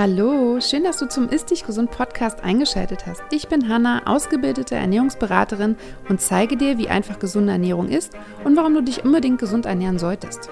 Hallo, schön, dass du zum Ist Dich Gesund Podcast eingeschaltet hast. Ich bin Hanna, ausgebildete Ernährungsberaterin und zeige dir, wie einfach gesunde Ernährung ist und warum du dich unbedingt gesund ernähren solltest.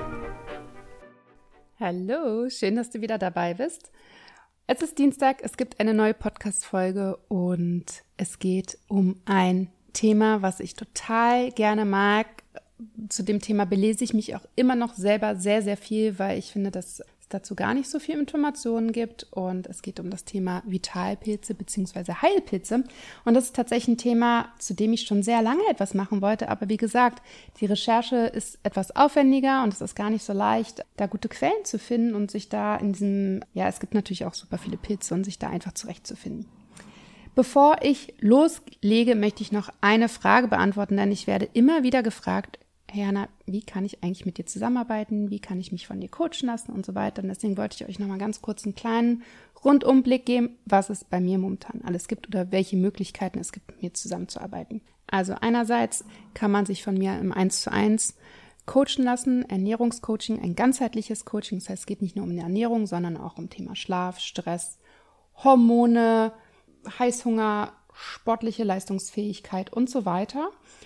Hallo, schön, dass du wieder dabei bist. Es ist Dienstag, es gibt eine neue Podcast-Folge und es geht um ein Thema, was ich total gerne mag. Zu dem Thema belese ich mich auch immer noch selber sehr, sehr viel, weil ich finde, dass es dazu gar nicht so viel Informationen gibt. Und es geht um das Thema Vitalpilze bzw. Heilpilze. Und das ist tatsächlich ein Thema, zu dem ich schon sehr lange etwas machen wollte. Aber wie gesagt, die Recherche ist etwas aufwendiger und es ist gar nicht so leicht, da gute Quellen zu finden und sich da in diesem, es gibt natürlich auch super viele Pilze und sich da einfach zurechtzufinden. Bevor ich loslege, möchte ich noch eine Frage beantworten, denn ich werde immer wieder gefragt, hey Hanna, wie kann ich eigentlich mit dir zusammenarbeiten? Wie kann ich mich von dir coachen lassen und so weiter? Und deswegen wollte ich euch nochmal ganz kurz einen kleinen Rundumblick geben, was es bei mir momentan alles gibt oder welche Möglichkeiten es gibt, mit mir zusammenzuarbeiten. Also einerseits kann man sich von mir im 1:1 coachen lassen, Ernährungscoaching, ein ganzheitliches Coaching. Das heißt, es geht nicht nur um die Ernährung, sondern auch um Thema Schlaf, Stress, Hormone, Heißhunger, sportliche Leistungsfähigkeit und so weiter.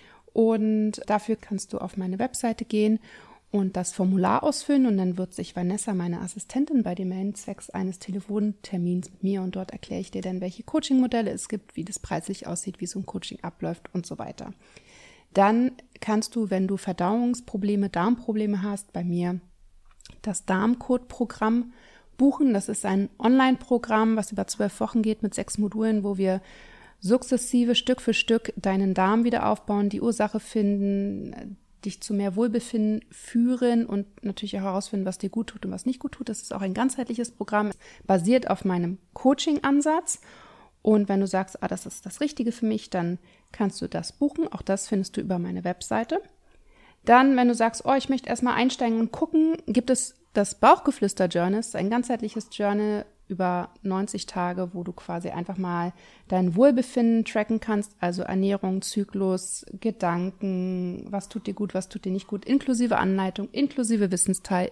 Und dafür kannst du auf meine Webseite gehen und das Formular ausfüllen und dann wird sich Vanessa, meine Assistentin, bei dir melden, zwecks eines Telefontermins mit mir und dort erkläre ich dir dann, welche Coaching-Modelle es gibt, wie das preislich aussieht, wie so ein Coaching abläuft und so weiter. Dann kannst du, wenn du Verdauungsprobleme, Darmprobleme hast, bei mir das Darmcode-Programm buchen. Das ist ein Online-Programm, was über 12 Wochen geht mit 6 Modulen, wo wir sukzessive Stück für Stück deinen Darm wieder aufbauen, die Ursache finden, dich zu mehr Wohlbefinden führen und natürlich auch herausfinden, was dir gut tut und was nicht gut tut. Das ist auch ein ganzheitliches Programm, basiert auf meinem Coaching-Ansatz. Und wenn du sagst, das ist das Richtige für mich, dann kannst du das buchen. Auch das findest du über meine Webseite. Dann, wenn du sagst, ich möchte erstmal einsteigen und gucken, gibt es das Bauchgeflüster-Journal, ein ganzheitliches Journal über 90 Tage, wo du quasi einfach mal dein Wohlbefinden tracken kannst, also Ernährung, Zyklus, Gedanken, was tut dir gut, was tut dir nicht gut, inklusive Anleitung, inklusive Wissensteil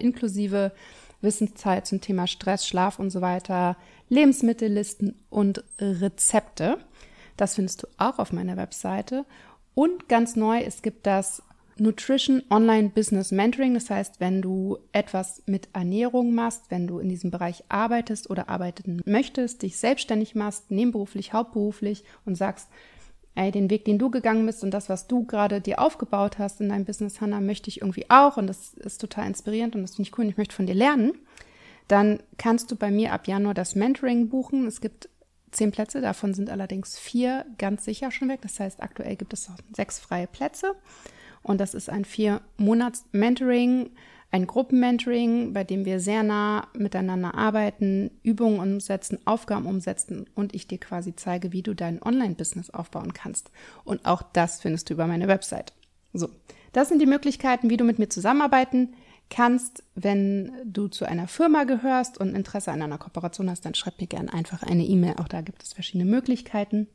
zum Thema Stress, Schlaf und so weiter, Lebensmittellisten und Rezepte. Das findest du auch auf meiner Webseite. Und ganz neu, es gibt das Nutrition Online Business Mentoring, das heißt, wenn du etwas mit Ernährung machst, wenn du in diesem Bereich arbeitest oder arbeiten möchtest, dich selbstständig machst, nebenberuflich, hauptberuflich und sagst, den Weg, den du gegangen bist und das, was du gerade dir aufgebaut hast in deinem Business, Hanna, möchte ich irgendwie auch und das ist total inspirierend und das finde ich cool und ich möchte von dir lernen, dann kannst du bei mir ab Januar das Mentoring buchen. Es gibt 10 Plätze, davon sind allerdings 4 ganz sicher schon weg. Das heißt, aktuell gibt es noch 6 freie Plätze. Und das ist ein 4-Monats-Mentoring, ein Gruppenmentoring, bei dem wir sehr nah miteinander arbeiten, Übungen umsetzen, Aufgaben umsetzen und ich dir quasi zeige, wie du dein Online-Business aufbauen kannst. Und auch das findest du über meine Website. So, das sind die Möglichkeiten, wie du mit mir zusammenarbeiten kannst. Wenn du zu einer Firma gehörst und Interesse an einer Kooperation hast, dann schreib mir gerne einfach eine E-Mail. Auch da gibt es verschiedene Möglichkeiten.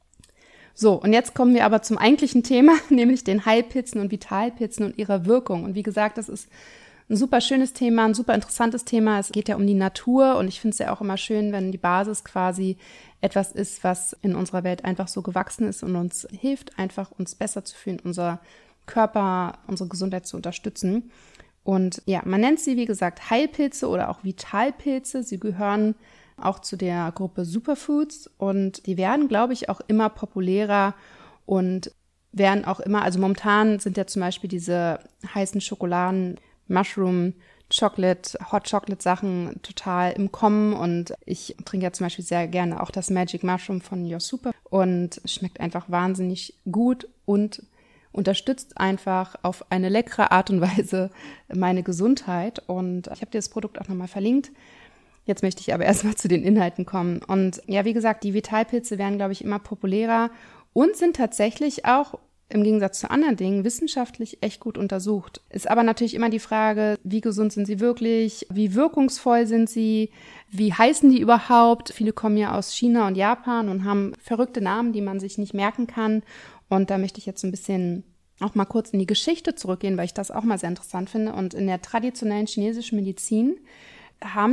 So, und jetzt kommen wir aber zum eigentlichen Thema, nämlich den Heilpilzen und Vitalpilzen und ihrer Wirkung. Und wie gesagt, das ist ein super schönes Thema, ein super interessantes Thema. Es geht ja um die Natur und ich finde es ja auch immer schön, wenn die Basis quasi etwas ist, was in unserer Welt einfach so gewachsen ist und uns hilft, einfach uns besser zu fühlen, unser Körper, unsere Gesundheit zu unterstützen. Und man nennt sie, wie gesagt, Heilpilze oder auch Vitalpilze. Sie gehören auch zu der Gruppe Superfoods und die werden, glaube ich, auch immer populärer und werden auch immer, also momentan sind ja zum Beispiel diese heißen Schokoladen, Mushroom, Chocolate, Hot Chocolate Sachen total im Kommen und ich trinke ja zum Beispiel sehr gerne auch das Magic Mushroom von Your Super und schmeckt einfach wahnsinnig gut und unterstützt einfach auf eine leckere Art und Weise meine Gesundheit und ich habe dir das Produkt auch nochmal verlinkt. Jetzt möchte ich aber erstmal zu den Inhalten kommen. Und wie gesagt, die Vitalpilze werden, glaube ich, immer populärer und sind tatsächlich auch im Gegensatz zu anderen Dingen wissenschaftlich echt gut untersucht. Ist aber natürlich immer die Frage, wie gesund sind sie wirklich, wie wirkungsvoll sind sie, wie heißen die überhaupt? Viele kommen ja aus China und Japan und haben verrückte Namen, die man sich nicht merken kann. Und da möchte ich jetzt ein bisschen auch mal kurz in die Geschichte zurückgehen, weil ich das auch mal sehr interessant finde. Und in der traditionellen chinesischen Medizin haben die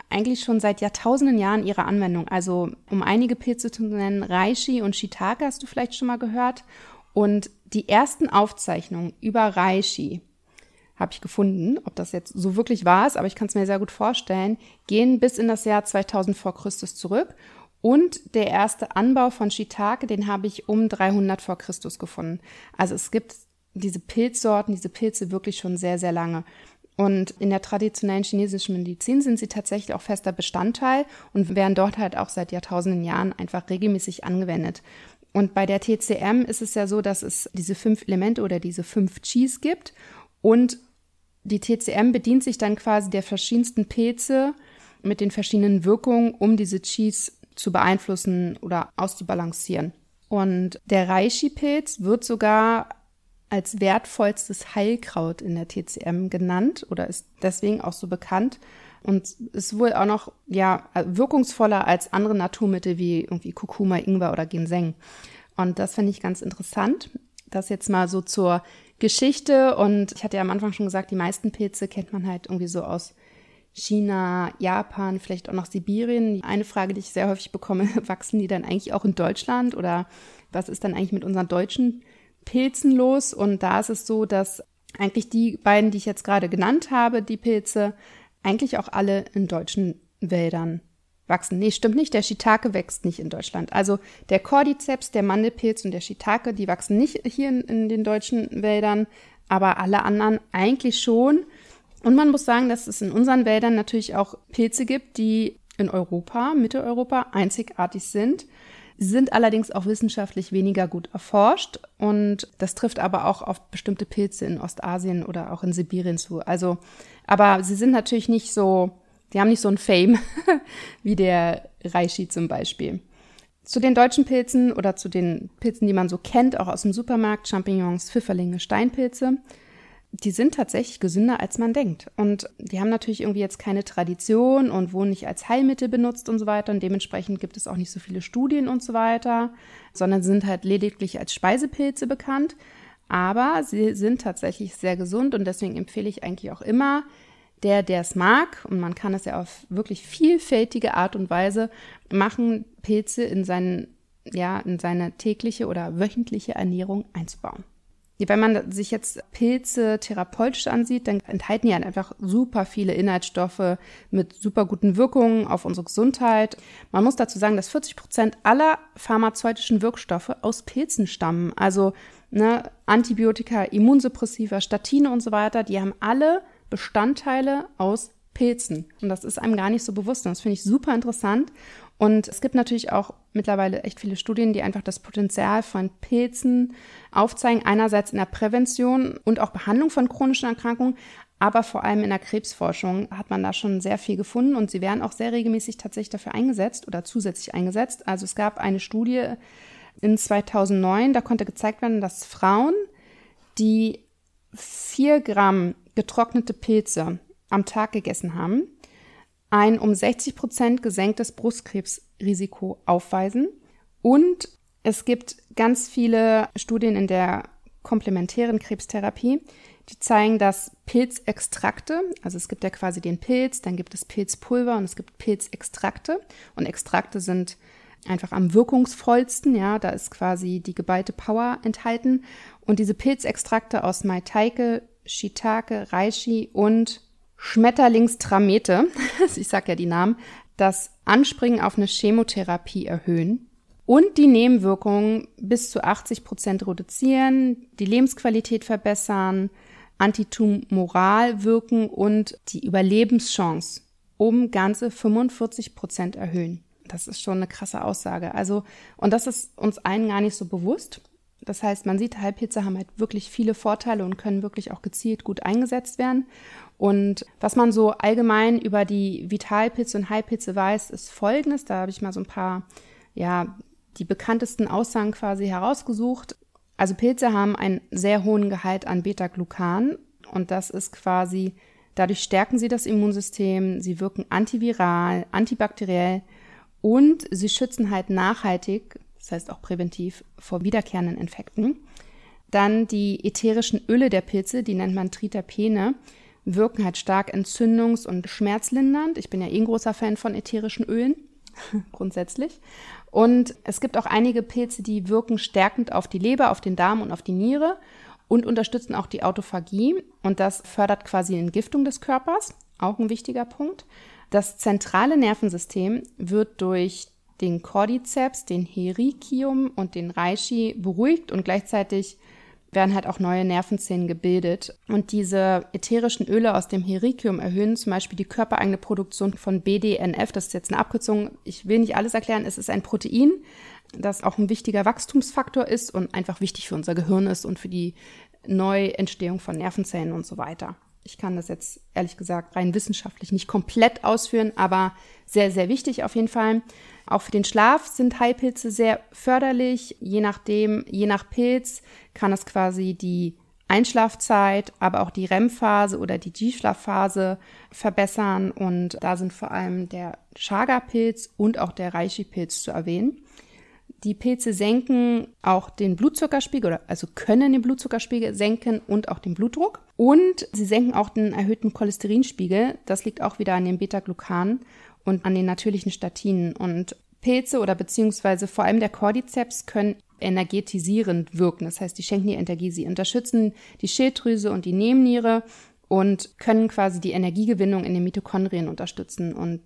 eigentlich schon seit Jahrtausenden Jahren ihre Anwendung. Also um einige Pilze zu nennen, Reishi und Shiitake hast du vielleicht schon mal gehört. Und die ersten Aufzeichnungen über Reishi habe ich gefunden, ob das jetzt so wirklich wahr ist, aber ich kann es mir sehr gut vorstellen, gehen bis in das Jahr 2000 vor Christus zurück. Und der erste Anbau von Shiitake, den habe ich um 300 vor Christus gefunden. Also es gibt diese Pilzsorten, diese Pilze wirklich schon sehr, sehr lange. Und in der traditionellen chinesischen Medizin sind sie tatsächlich auch fester Bestandteil und werden dort halt auch seit Jahrtausenden Jahren einfach regelmäßig angewendet. Und bei der TCM ist es ja so, dass es diese 5 Elemente oder diese 5 Qis gibt. Und die TCM bedient sich dann quasi der verschiedensten Pilze mit den verschiedenen Wirkungen, um diese Qis zu beeinflussen oder auszubalancieren. Und der Reishi-Pilz wird sogar als wertvollstes Heilkraut in der TCM genannt oder ist deswegen auch so bekannt und ist wohl auch noch wirkungsvoller als andere Naturmittel wie irgendwie Kurkuma, Ingwer oder Ginseng. Und das finde ich ganz interessant. Das jetzt mal so zur Geschichte. Und ich hatte ja am Anfang schon gesagt, die meisten Pilze kennt man halt irgendwie so aus China, Japan, vielleicht auch noch Sibirien. Eine Frage, die ich sehr häufig bekomme, wachsen die dann eigentlich auch in Deutschland oder was ist dann eigentlich mit unseren deutschen Pilzen los? Und da ist es so, dass eigentlich die beiden, die ich jetzt gerade genannt habe, die Pilze, eigentlich auch alle in deutschen Wäldern wachsen. Nee, stimmt nicht, der Shiitake wächst nicht in Deutschland. Also der Cordyceps, der Mandelpilz und der Shiitake, die wachsen nicht hier in den deutschen Wäldern, aber alle anderen eigentlich schon. Und man muss sagen, dass es in unseren Wäldern natürlich auch Pilze gibt, die in Europa, Mitteleuropa, einzigartig sind. Sie sind allerdings auch wissenschaftlich weniger gut erforscht und das trifft aber auch auf bestimmte Pilze in Ostasien oder auch in Sibirien zu. Also, aber sie sind natürlich nicht so, die haben nicht so ein Fame wie der Reishi zum Beispiel. Zu den deutschen Pilzen oder zu den Pilzen, die man so kennt, auch aus dem Supermarkt, Champignons, Pfifferlinge, Steinpilze, die sind tatsächlich gesünder, als man denkt. Und die haben natürlich irgendwie jetzt keine Tradition und wurden nicht als Heilmittel benutzt und so weiter. Und dementsprechend gibt es auch nicht so viele Studien und so weiter, sondern sind halt lediglich als Speisepilze bekannt. Aber sie sind tatsächlich sehr gesund und deswegen empfehle ich eigentlich auch immer, der es mag, und man kann es ja auf wirklich vielfältige Art und Weise machen, Pilze in seine tägliche oder wöchentliche Ernährung einzubauen. Wenn man sich jetzt Pilze therapeutisch ansieht, dann enthalten die halt einfach super viele Inhaltsstoffe mit super guten Wirkungen auf unsere Gesundheit. Man muss dazu sagen, dass 40% aller pharmazeutischen Wirkstoffe aus Pilzen stammen. Also Antibiotika, Immunsuppressiva, Statine und so weiter, die haben alle Bestandteile aus Pilzen. Und das ist einem gar nicht so bewusst. Und das finde ich super interessant. Und es gibt natürlich auch mittlerweile echt viele Studien, die einfach das Potenzial von Pilzen aufzeigen. Einerseits in der Prävention und auch Behandlung von chronischen Erkrankungen, aber vor allem in der Krebsforschung hat man da schon sehr viel gefunden. Und sie werden auch sehr regelmäßig tatsächlich dafür eingesetzt oder zusätzlich eingesetzt. Also es gab eine Studie in 2009, da konnte gezeigt werden, dass Frauen, die 4 Gramm getrocknete Pilze am Tag gegessen haben, ein um 60% gesenktes Brustkrebsrisiko aufweisen. Und es gibt ganz viele Studien in der komplementären Krebstherapie, die zeigen, dass Pilzextrakte, also es gibt ja quasi den Pilz, dann gibt es Pilzpulver und es gibt Pilzextrakte. Und Extrakte sind einfach am wirkungsvollsten, ja, da ist quasi die geballte Power enthalten. Und diese Pilzextrakte aus Maitake, Shiitake, Reishi und Schmetterlingstramete, ich sag ja die Namen, das Anspringen auf eine Chemotherapie erhöhen und die Nebenwirkungen bis zu 80% reduzieren, die Lebensqualität verbessern, antitumoral wirken und die Überlebenschance um ganze 45% erhöhen. Das ist schon eine krasse Aussage. Also, und das ist uns allen gar nicht so bewusst. Das heißt, man sieht, Heilpilze haben halt wirklich viele Vorteile und können wirklich auch gezielt gut eingesetzt werden. Und was man so allgemein über die Vitalpilze und Heilpilze weiß, ist Folgendes. Da habe ich mal so ein paar, die bekanntesten Aussagen quasi herausgesucht. Also Pilze haben einen sehr hohen Gehalt an Beta-Glucan und das ist quasi, dadurch stärken sie das Immunsystem, sie wirken antiviral, antibakteriell und sie schützen halt nachhaltig, das heißt auch präventiv, vor wiederkehrenden Infekten. Dann die ätherischen Öle der Pilze, die nennt man Triterpene, wirken halt stark entzündungs- und schmerzlindernd. Ich bin ja ein großer Fan von ätherischen Ölen, grundsätzlich. Und es gibt auch einige Pilze, die wirken stärkend auf die Leber, auf den Darm und auf die Niere und unterstützen auch die Autophagie. Und das fördert quasi die Entgiftung des Körpers, auch ein wichtiger Punkt. Das zentrale Nervensystem wird durch den Cordyceps, den Hericium und den Reishi beruhigt und gleichzeitig werden halt auch neue Nervenzellen gebildet. Und diese ätherischen Öle aus dem Hericium erhöhen zum Beispiel die körpereigene Produktion von BDNF. Das ist jetzt eine Abkürzung. Ich will nicht alles erklären. Es ist ein Protein, das auch ein wichtiger Wachstumsfaktor ist und einfach wichtig für unser Gehirn ist und für die Neuentstehung von Nervenzellen und so weiter. Ich kann das jetzt ehrlich gesagt rein wissenschaftlich nicht komplett ausführen, aber sehr, sehr wichtig auf jeden Fall. Auch für den Schlaf sind Heilpilze sehr förderlich. Je nach Pilz kann es quasi die Einschlafzeit, aber auch die REM-Phase oder die G-Schlafphase verbessern. Und da sind vor allem der Chaga-Pilz und auch der Reishi-Pilz zu erwähnen. Die Pilze senken auch den Blutzuckerspiegel, also können den Blutzuckerspiegel senken und auch den Blutdruck. Und sie senken auch den erhöhten Cholesterinspiegel. Das liegt auch wieder an den Beta-Glucanen und an den natürlichen Statinen. Und Pilze oder beziehungsweise vor allem der Cordyceps können energetisierend wirken. Das heißt, die schenken die Energie, sie unterstützen die Schilddrüse und die Nebenniere und können quasi die Energiegewinnung in den Mitochondrien unterstützen. Und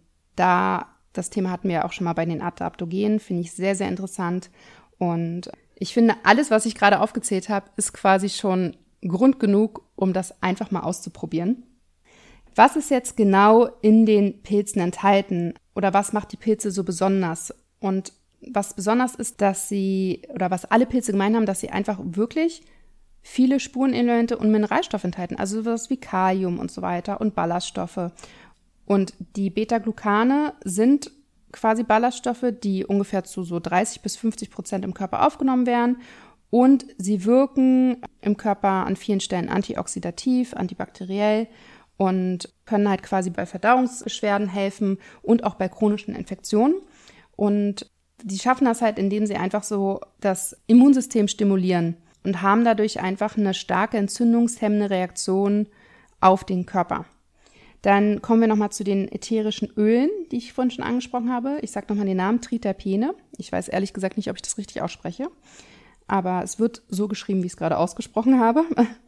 das Thema hatten wir ja auch schon mal bei den Adaptogenen, finde ich sehr, sehr interessant. Und ich finde, alles, was ich gerade aufgezählt habe, ist quasi schon Grund genug, um das einfach mal auszuprobieren. Was ist jetzt genau in den Pilzen enthalten oder was macht die Pilze so besonders? Und was besonders ist, was alle Pilze gemein haben, dass sie einfach wirklich viele Spurenelemente und Mineralstoffe enthalten, also sowas wie Kalium und so weiter und Ballaststoffe. Und die Beta-Glucane sind quasi Ballaststoffe, die ungefähr zu so 30-50% im Körper aufgenommen werden. Und sie wirken im Körper an vielen Stellen antioxidativ, antibakteriell und können halt quasi bei Verdauungsbeschwerden helfen und auch bei chronischen Infektionen. Und die schaffen das halt, indem sie einfach so das Immunsystem stimulieren und haben dadurch einfach eine starke entzündungshemmende Reaktion auf den Körper. Dann kommen wir nochmal zu den ätherischen Ölen, die ich vorhin schon angesprochen habe. Ich sage nochmal den Namen, Triterpene. Ich weiß ehrlich gesagt nicht, ob ich das richtig ausspreche, aber es wird so geschrieben, wie ich es gerade ausgesprochen habe.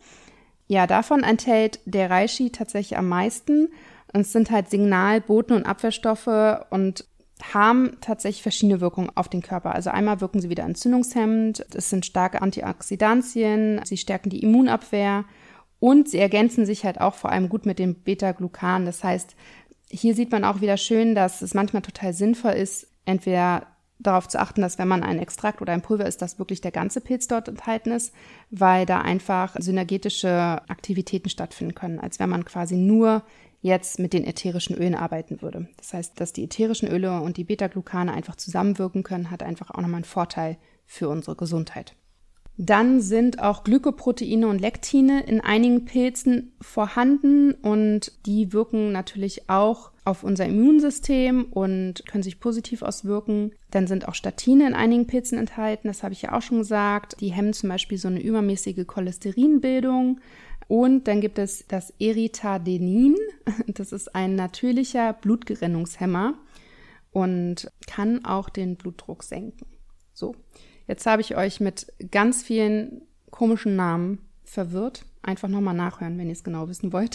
Ja, davon enthält der Reishi tatsächlich am meisten. Und es sind halt Signal-, Boten- und Abwehrstoffe und haben tatsächlich verschiedene Wirkungen auf den Körper. Also einmal wirken sie wieder entzündungshemmend, es sind starke Antioxidantien, sie stärken die Immunabwehr. Und sie ergänzen sich halt auch vor allem gut mit dem Beta-Glucan. Das heißt, hier sieht man auch wieder schön, dass es manchmal total sinnvoll ist, entweder darauf zu achten, dass wenn man ein Extrakt oder ein Pulver isst, dass wirklich der ganze Pilz dort enthalten ist, weil da einfach synergetische Aktivitäten stattfinden können, als wenn man quasi nur jetzt mit den ätherischen Ölen arbeiten würde. Das heißt, dass die ätherischen Öle und die Beta-Glucane einfach zusammenwirken können, hat einfach auch nochmal einen Vorteil für unsere Gesundheit. Dann sind auch Glykoproteine und Lektine in einigen Pilzen vorhanden und die wirken natürlich auch auf unser Immunsystem und können sich positiv auswirken. Dann sind auch Statine in einigen Pilzen enthalten, das habe ich ja auch schon gesagt. Die hemmen zum Beispiel so eine übermäßige Cholesterinbildung. Und dann gibt es das Erythadinin, das ist ein natürlicher Blutgerinnungshemmer und kann auch den Blutdruck senken. So. Jetzt habe ich euch mit ganz vielen komischen Namen verwirrt. Einfach nochmal nachhören, wenn ihr es genau wissen wollt.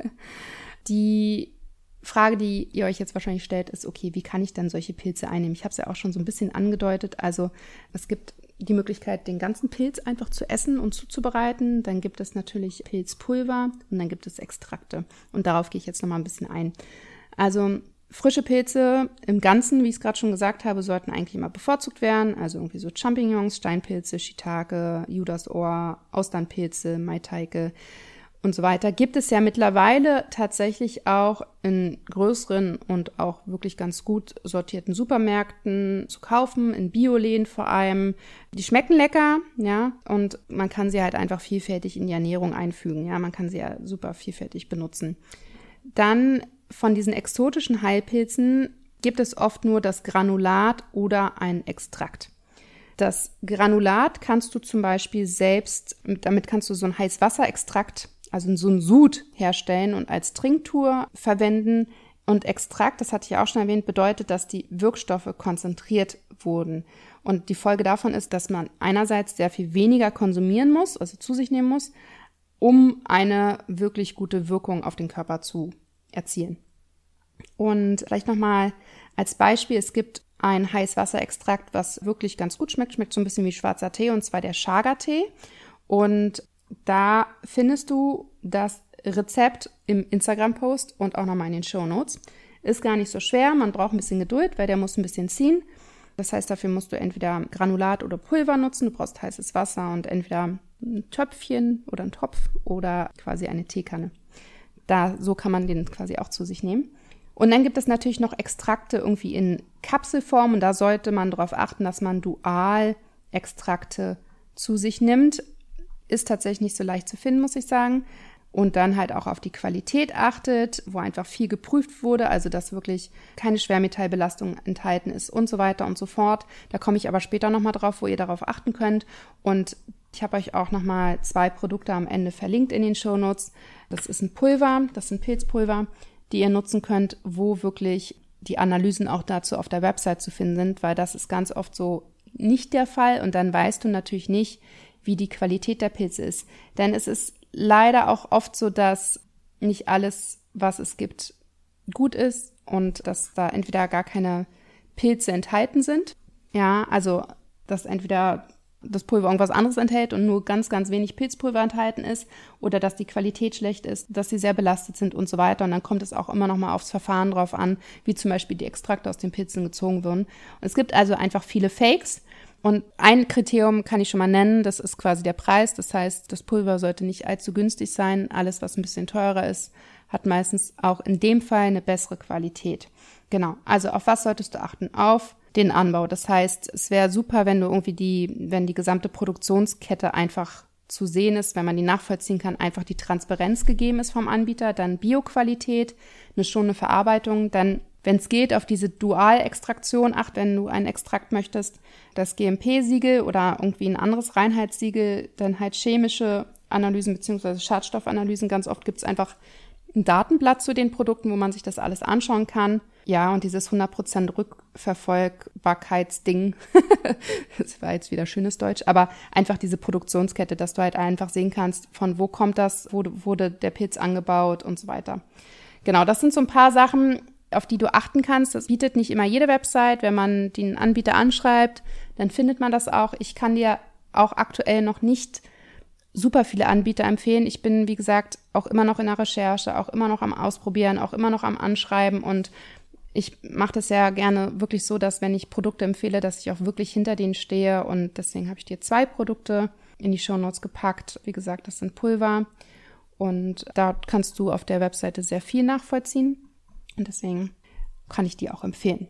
Die Frage, die ihr euch jetzt wahrscheinlich stellt, ist, okay, wie kann ich denn solche Pilze einnehmen? Ich habe es ja auch schon so ein bisschen angedeutet. Also es gibt die Möglichkeit, den ganzen Pilz einfach zu essen und zuzubereiten. Dann gibt es natürlich Pilzpulver und dann gibt es Extrakte. Und darauf gehe ich jetzt nochmal ein bisschen ein. Also frische Pilze im Ganzen, wie ich es gerade schon gesagt habe, sollten eigentlich immer bevorzugt werden. Also irgendwie so Champignons, Steinpilze, Shiitake, Judasohr, Austernpilze, Maitake und so weiter. Gibt es ja mittlerweile tatsächlich auch in größeren und auch wirklich ganz gut sortierten Supermärkten zu kaufen, in Bioläden vor allem. Die schmecken lecker, ja, und man kann sie halt einfach vielfältig in die Ernährung einfügen. Ja, man kann sie ja super vielfältig benutzen. Dann von diesen exotischen Heilpilzen gibt es oft nur das Granulat oder ein Extrakt. Das Granulat kannst du zum Beispiel selbst, damit kannst du so ein Heißwasserextrakt also so ein Sud herstellen und als Trinktour verwenden. Und Extrakt, das hatte ich auch schon erwähnt, bedeutet, dass die Wirkstoffe konzentriert wurden. Und die Folge davon ist, dass man einerseits sehr viel weniger konsumieren muss, also zu sich nehmen muss, um eine wirklich gute Wirkung auf den Körper zu erzielen. Und vielleicht nochmal als Beispiel, es gibt ein Heißwasserextrakt, was wirklich ganz gut schmeckt so ein bisschen wie schwarzer Tee, und zwar der Chaga-Tee. Und da findest du das Rezept im Instagram-Post und auch nochmal in den Shownotes. Ist gar nicht so schwer, man braucht ein bisschen Geduld, weil der muss ein bisschen ziehen. Das heißt, dafür musst du entweder Granulat oder Pulver nutzen, du brauchst heißes Wasser und entweder ein Töpfchen oder ein Topf oder quasi eine Teekanne. So kann man den quasi auch zu sich nehmen. Und dann gibt es natürlich noch Extrakte irgendwie in Kapselform und da sollte man darauf achten, dass man Dual-Extrakte zu sich nimmt. Ist tatsächlich nicht so leicht zu finden, muss ich sagen. Und dann halt auch auf die Qualität achtet, wo einfach viel geprüft wurde, also dass wirklich keine Schwermetallbelastung enthalten ist und so weiter und so fort. Da komme ich aber später nochmal drauf, wo ihr darauf achten könnt. Und ich habe euch auch nochmal 2 Produkte am Ende verlinkt in den Shownotes. Das ist ein Pulver, das sind Pilzpulver, die ihr nutzen könnt, wo wirklich die Analysen auch dazu auf der Website zu finden sind, weil das ist ganz oft so nicht der Fall. Und dann weißt du natürlich nicht, wie die Qualität der Pilze ist. Denn es ist leider auch oft so, dass nicht alles, was es gibt, gut ist und dass da entweder gar keine Pilze enthalten sind. Ja, also dass entweder das Pulver irgendwas anderes enthält und nur ganz, ganz wenig Pilzpulver enthalten ist oder dass die Qualität schlecht ist, dass sie sehr belastet sind und so weiter. Und dann kommt es auch immer noch mal aufs Verfahren drauf an, wie zum Beispiel die Extrakte aus den Pilzen gezogen wurden. Und es gibt also einfach viele Fakes. Und ein Kriterium kann ich schon mal nennen, das ist quasi der Preis. Das heißt, das Pulver sollte nicht allzu günstig sein. Alles, was ein bisschen teurer ist, hat meistens auch in dem Fall eine bessere Qualität. Genau, also auf was solltest du achten? Auf den Anbau. Das heißt, es wäre super, wenn du wenn die gesamte Produktionskette einfach zu sehen ist, wenn man die nachvollziehen kann, einfach die Transparenz gegeben ist vom Anbieter, dann Bioqualität, eine schonende Verarbeitung, dann, wenn es geht, auf diese Dualextraktion acht, wenn du einen Extrakt möchtest, das GMP-Siegel oder irgendwie ein anderes Reinheitssiegel, dann halt chemische Analysen bzw. Schadstoffanalysen. Ganz oft gibt es einfach ein Datenblatt zu den Produkten, wo man sich das alles anschauen kann. Ja, und dieses 100% Rückverfolgbarkeitsding, das war jetzt wieder schönes Deutsch, aber einfach diese Produktionskette, dass du halt einfach sehen kannst, von wo kommt das, wo wurde der Pilz angebaut und so weiter. Genau, das sind so ein paar Sachen, auf die du achten kannst. Das bietet nicht immer jede Website. Wenn man den Anbieter anschreibt, dann findet man das auch. Ich kann dir auch aktuell noch nicht super viele Anbieter empfehlen. Ich bin, wie gesagt, auch immer noch in der Recherche, auch immer noch am Ausprobieren, auch immer noch am Anschreiben und ich mache das ja gerne wirklich so, dass wenn ich Produkte empfehle, dass ich auch wirklich hinter denen stehe und deswegen habe ich dir 2 Produkte in die Shownotes gepackt. Wie gesagt, das sind Pulver und da kannst du auf der Webseite sehr viel nachvollziehen und deswegen kann ich die auch empfehlen.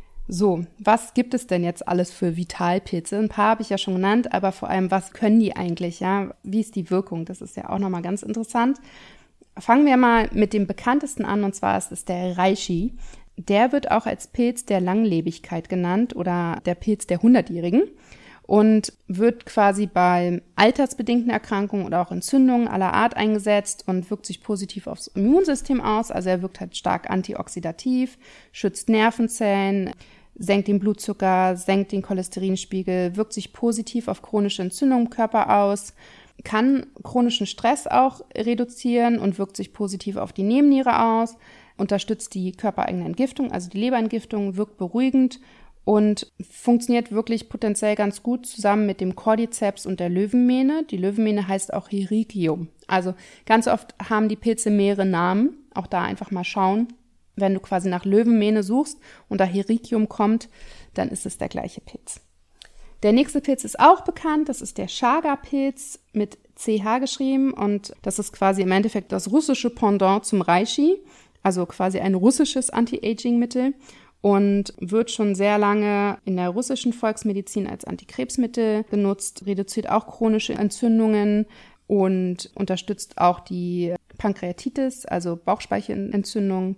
So, was gibt es denn jetzt alles für Vitalpilze? Ein paar habe ich ja schon genannt, aber vor allem, was können die eigentlich? Ja, wie ist die Wirkung? Das ist ja auch nochmal ganz interessant. Fangen wir mal mit dem bekanntesten an und zwar ist es der Reishi. Der wird auch als Pilz der Langlebigkeit genannt oder der Pilz der 100-Jährigen und wird quasi bei altersbedingten Erkrankungen oder auch Entzündungen aller Art eingesetzt und wirkt sich positiv aufs Immunsystem aus. Also er wirkt halt stark antioxidativ, schützt Nervenzellen, senkt den Blutzucker, senkt den Cholesterinspiegel, wirkt sich positiv auf chronische Entzündungen im Körper aus, kann chronischen Stress auch reduzieren und wirkt sich positiv auf die Nebenniere aus, unterstützt die körpereigene Entgiftung, also die Leberentgiftung, wirkt beruhigend und funktioniert wirklich potenziell ganz gut zusammen mit dem Cordyceps und der Löwenmähne. Die Löwenmähne heißt auch Herichium. Also ganz oft haben die Pilze mehrere Namen. Auch da einfach mal schauen. Wenn du quasi nach Löwenmähne suchst und da Herichium kommt, dann ist es der gleiche Pilz. Der nächste Pilz ist auch bekannt. Das ist der Chaga-Pilz mit CH geschrieben und das ist quasi im Endeffekt das russische Pendant zum Reishi. Also quasi ein russisches Anti-Aging-Mittel und wird schon sehr lange in der russischen Volksmedizin als Antikrebsmittel benutzt, reduziert auch chronische Entzündungen und unterstützt auch die Pankreatitis, also Bauchspeichelentzündung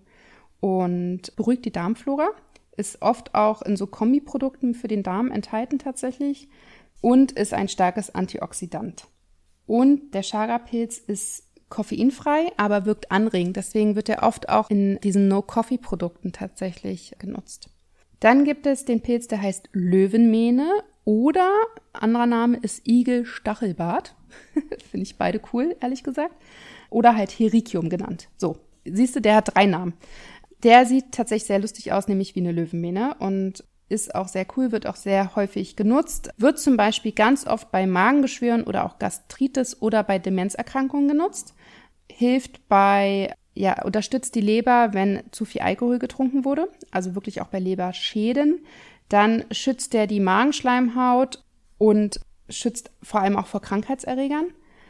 und beruhigt die Darmflora, ist oft auch in so Kombiprodukten für den Darm enthalten tatsächlich und ist ein starkes Antioxidant. Und der Chaga-Pilz ist koffeinfrei, aber wirkt anregend. Deswegen wird er oft auch in diesen No-Coffee-Produkten tatsächlich genutzt. Dann gibt es den Pilz, der heißt Löwenmähne oder anderer Name ist Igel-Stachelbart. Finde ich beide cool, ehrlich gesagt. Oder halt Hericium genannt. So, siehst du, der hat 3 Namen. Der sieht tatsächlich sehr lustig aus, nämlich wie eine Löwenmähne und ist auch sehr cool, wird auch sehr häufig genutzt. Wird zum Beispiel ganz oft bei Magengeschwüren oder auch Gastritis oder bei Demenzerkrankungen genutzt. Hilft bei, unterstützt die Leber, wenn zu viel Alkohol getrunken wurde, also wirklich auch bei Leberschäden. Dann schützt der die Magenschleimhaut und schützt vor allem auch vor Krankheitserregern.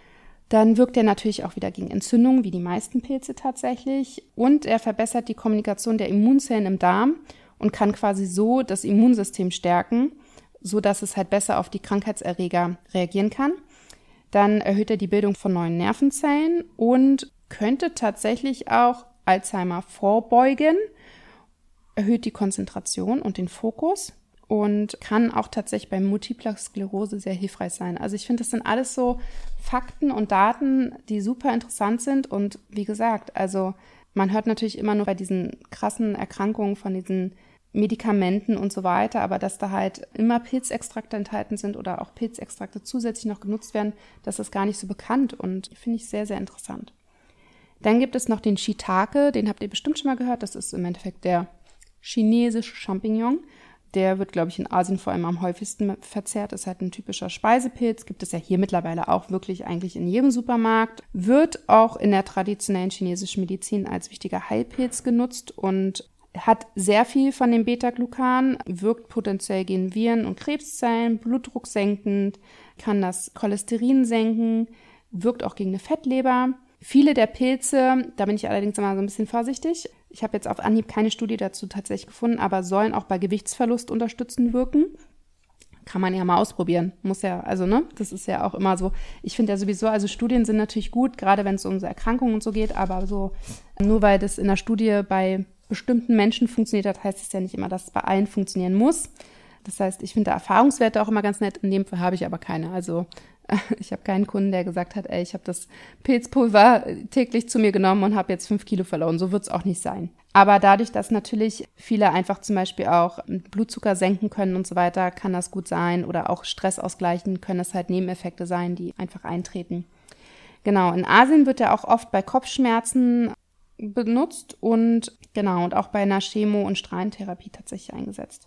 Dann wirkt er natürlich auch wieder gegen Entzündungen, wie die meisten Pilze tatsächlich. Und er verbessert die Kommunikation der Immunzellen im Darm und kann quasi so das Immunsystem stärken, sodass es halt besser auf die Krankheitserreger reagieren kann. Dann erhöht er die Bildung von neuen Nervenzellen und könnte tatsächlich auch Alzheimer vorbeugen, erhöht die Konzentration und den Fokus und kann auch tatsächlich bei Multipler Sklerose sehr hilfreich sein. Also ich finde, das sind alles so Fakten und Daten, die super interessant sind und wie gesagt, also man hört natürlich immer nur bei diesen krassen Erkrankungen von diesen Medikamenten und so weiter, aber dass da halt immer Pilzextrakte enthalten sind oder auch Pilzextrakte zusätzlich noch genutzt werden, das ist gar nicht so bekannt und finde ich sehr, sehr interessant. Dann gibt es noch den Shiitake, den habt ihr bestimmt schon mal gehört, das ist im Endeffekt der chinesische Champignon. Der wird, glaube ich, in Asien vor allem am häufigsten verzehrt. Ist halt ein typischer Speisepilz. Gibt es ja hier mittlerweile auch wirklich eigentlich in jedem Supermarkt. Wird auch in der traditionellen chinesischen Medizin als wichtiger Heilpilz genutzt und hat sehr viel von dem Beta-Glucan, wirkt potenziell gegen Viren und Krebszellen, Blutdruck senkend, kann das Cholesterin senken, wirkt auch gegen eine Fettleber. Viele der Pilze, da bin ich allerdings immer so ein bisschen vorsichtig. Ich habe jetzt auf Anhieb keine Studie dazu tatsächlich gefunden, aber sollen auch bei Gewichtsverlust unterstützend wirken. Kann man ja mal ausprobieren. Muss ja, also ne, das ist ja auch immer so. Ich finde ja sowieso, also Studien sind natürlich gut, gerade wenn es um so Erkrankungen und so geht, aber so nur weil das in der Studie bei bestimmten Menschen funktioniert hat, heißt es ja nicht immer, dass es bei allen funktionieren muss. Das heißt, ich finde Erfahrungswerte auch immer ganz nett. In dem Fall habe ich aber keine. Also ich habe keinen Kunden, der gesagt hat, ich habe das Pilzpulver täglich zu mir genommen und habe jetzt 5 Kilo verloren. So wird es auch nicht sein. Aber dadurch, dass natürlich viele einfach zum Beispiel auch Blutzucker senken können und so weiter, kann das gut sein. Oder auch Stress ausgleichen, können es halt Nebeneffekte sein, die einfach eintreten. Genau, in Asien wird er auch oft bei Kopfschmerzen benutzt und genau, und auch bei einer Chemo- und Strahlentherapie tatsächlich eingesetzt.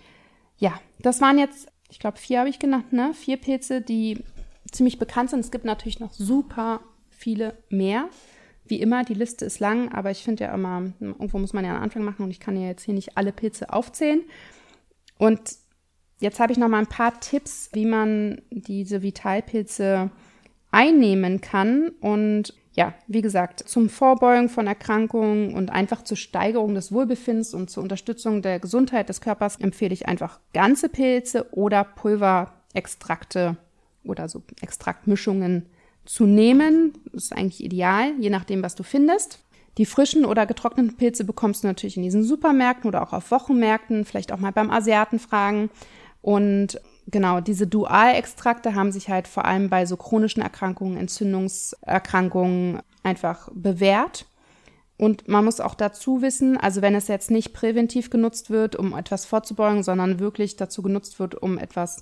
Ja, das waren jetzt, ich glaube 4 habe ich genannt, ne? 4 Pilze, die ziemlich bekannt sind. Es gibt natürlich noch super viele mehr. Wie immer, die Liste ist lang, aber ich finde ja immer, irgendwo muss man ja einen Anfang machen und ich kann ja jetzt hier nicht alle Pilze aufzählen. Und jetzt habe ich noch mal ein paar Tipps, wie man diese Vitalpilze einnehmen kann und ja, wie gesagt, zum Vorbeugen von Erkrankungen und einfach zur Steigerung des Wohlbefindens und zur Unterstützung der Gesundheit des Körpers empfehle ich einfach ganze Pilze oder Pulverextrakte oder so Extraktmischungen zu nehmen. Das ist eigentlich ideal, je nachdem, was du findest. Die frischen oder getrockneten Pilze bekommst du natürlich in diesen Supermärkten oder auch auf Wochenmärkten, vielleicht auch mal beim Asiaten fragen. Und genau, diese Dualextrakte haben sich halt vor allem bei so chronischen Erkrankungen, Entzündungserkrankungen einfach bewährt. Und man muss auch dazu wissen, also wenn es jetzt nicht präventiv genutzt wird, um etwas vorzubeugen, sondern wirklich dazu genutzt wird, um etwas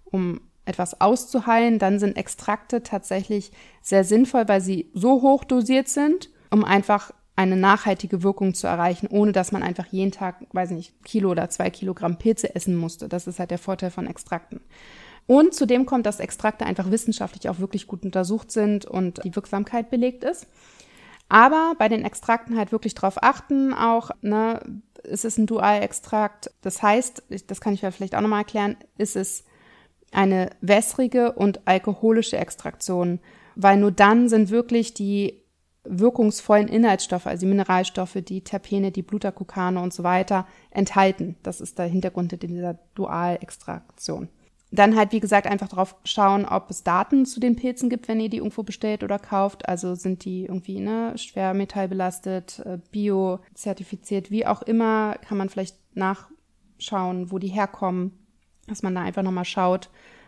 auszuheilen, dann sind Extrakte tatsächlich sehr sinnvoll, weil sie so hoch dosiert sind, um einfach eine nachhaltige Wirkung zu erreichen, ohne dass man einfach jeden Tag, weiß nicht, Kilo oder 2 Kilogramm Pilze essen musste. Das ist halt der Vorteil von Extrakten. Und zudem kommt, dass Extrakte einfach wissenschaftlich auch wirklich gut untersucht sind und die Wirksamkeit belegt ist. Aber bei den Extrakten halt wirklich drauf achten, auch, ne, ist es ein Dualextrakt. Das heißt, das kann ich vielleicht auch nochmal erklären, ist es eine wässrige und alkoholische Extraktion, weil nur dann sind wirklich die wirkungsvollen Inhaltsstoffe, also die Mineralstoffe, die Terpene, die Beta-Glucane und so weiter enthalten. Das ist der Hintergrund dieser Dualextraktion. Dann halt, wie gesagt, einfach drauf schauen, ob es Daten zu den Pilzen gibt, wenn ihr die irgendwo bestellt oder kauft. Also sind die irgendwie schwermetallbelastet, bio-zertifiziert, wie auch immer, kann man vielleicht nachschauen, wo die herkommen, dass man da einfach nochmal schaut,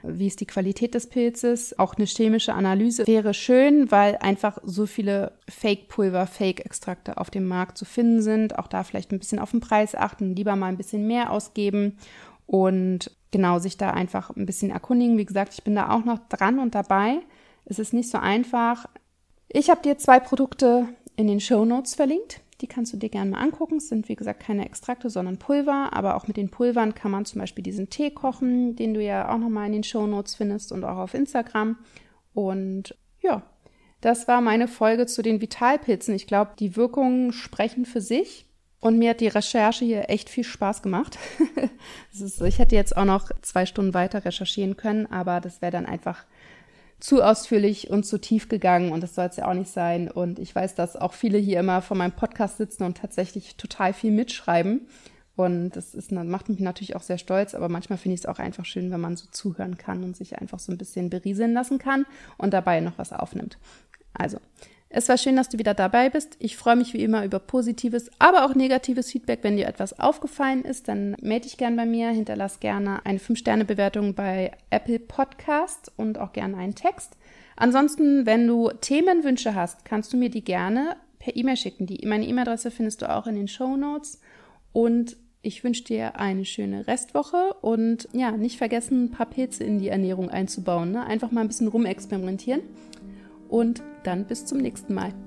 wie ist die Qualität des Pilzes. Auch eine chemische Analyse wäre schön, weil einfach so viele Fake-Pulver, Fake-Extrakte auf dem Markt zu finden sind. Auch da vielleicht ein bisschen auf den Preis achten, lieber mal ein bisschen mehr ausgeben und genau sich da einfach ein bisschen erkundigen. Wie gesagt, ich bin da auch noch dran und dabei. Es ist nicht so einfach. Ich habe dir 2 Produkte in den Shownotes verlinkt. Die kannst du dir gerne mal angucken. Es sind, wie gesagt, keine Extrakte, sondern Pulver. Aber auch mit den Pulvern kann man zum Beispiel diesen Tee kochen, den du ja auch nochmal in den Shownotes findest und auch auf Instagram. Und ja, das war meine Folge zu den Vitalpilzen. Ich glaube, die Wirkungen sprechen für sich. Und mir hat die Recherche hier echt viel Spaß gemacht. Ich hätte jetzt auch noch 2 Stunden weiter recherchieren können, aber das wäre dann einfach zu ausführlich und zu tief gegangen und das soll es ja auch nicht sein. Und ich weiß, dass auch viele hier immer vor meinem Podcast sitzen und tatsächlich total viel mitschreiben. Und macht mich natürlich auch sehr stolz, aber manchmal finde ich es auch einfach schön, wenn man so zuhören kann und sich einfach so ein bisschen berieseln lassen kann und dabei noch was aufnimmt. Also, es war schön, dass du wieder dabei bist. Ich freue mich wie immer über positives, aber auch negatives Feedback. Wenn dir etwas aufgefallen ist, dann melde dich gerne bei mir. Hinterlass gerne eine 5-Sterne-Bewertung bei Apple Podcast und auch gerne einen Text. Ansonsten, wenn du Themenwünsche hast, kannst du mir die gerne per E-Mail schicken. Meine E-Mail-Adresse findest du auch in den Shownotes. Und ich wünsche dir eine schöne Restwoche und ja, nicht vergessen, ein paar Pilze in die Ernährung einzubauen. Ne? Einfach mal ein bisschen rumexperimentieren. Und dann bis zum nächsten Mal.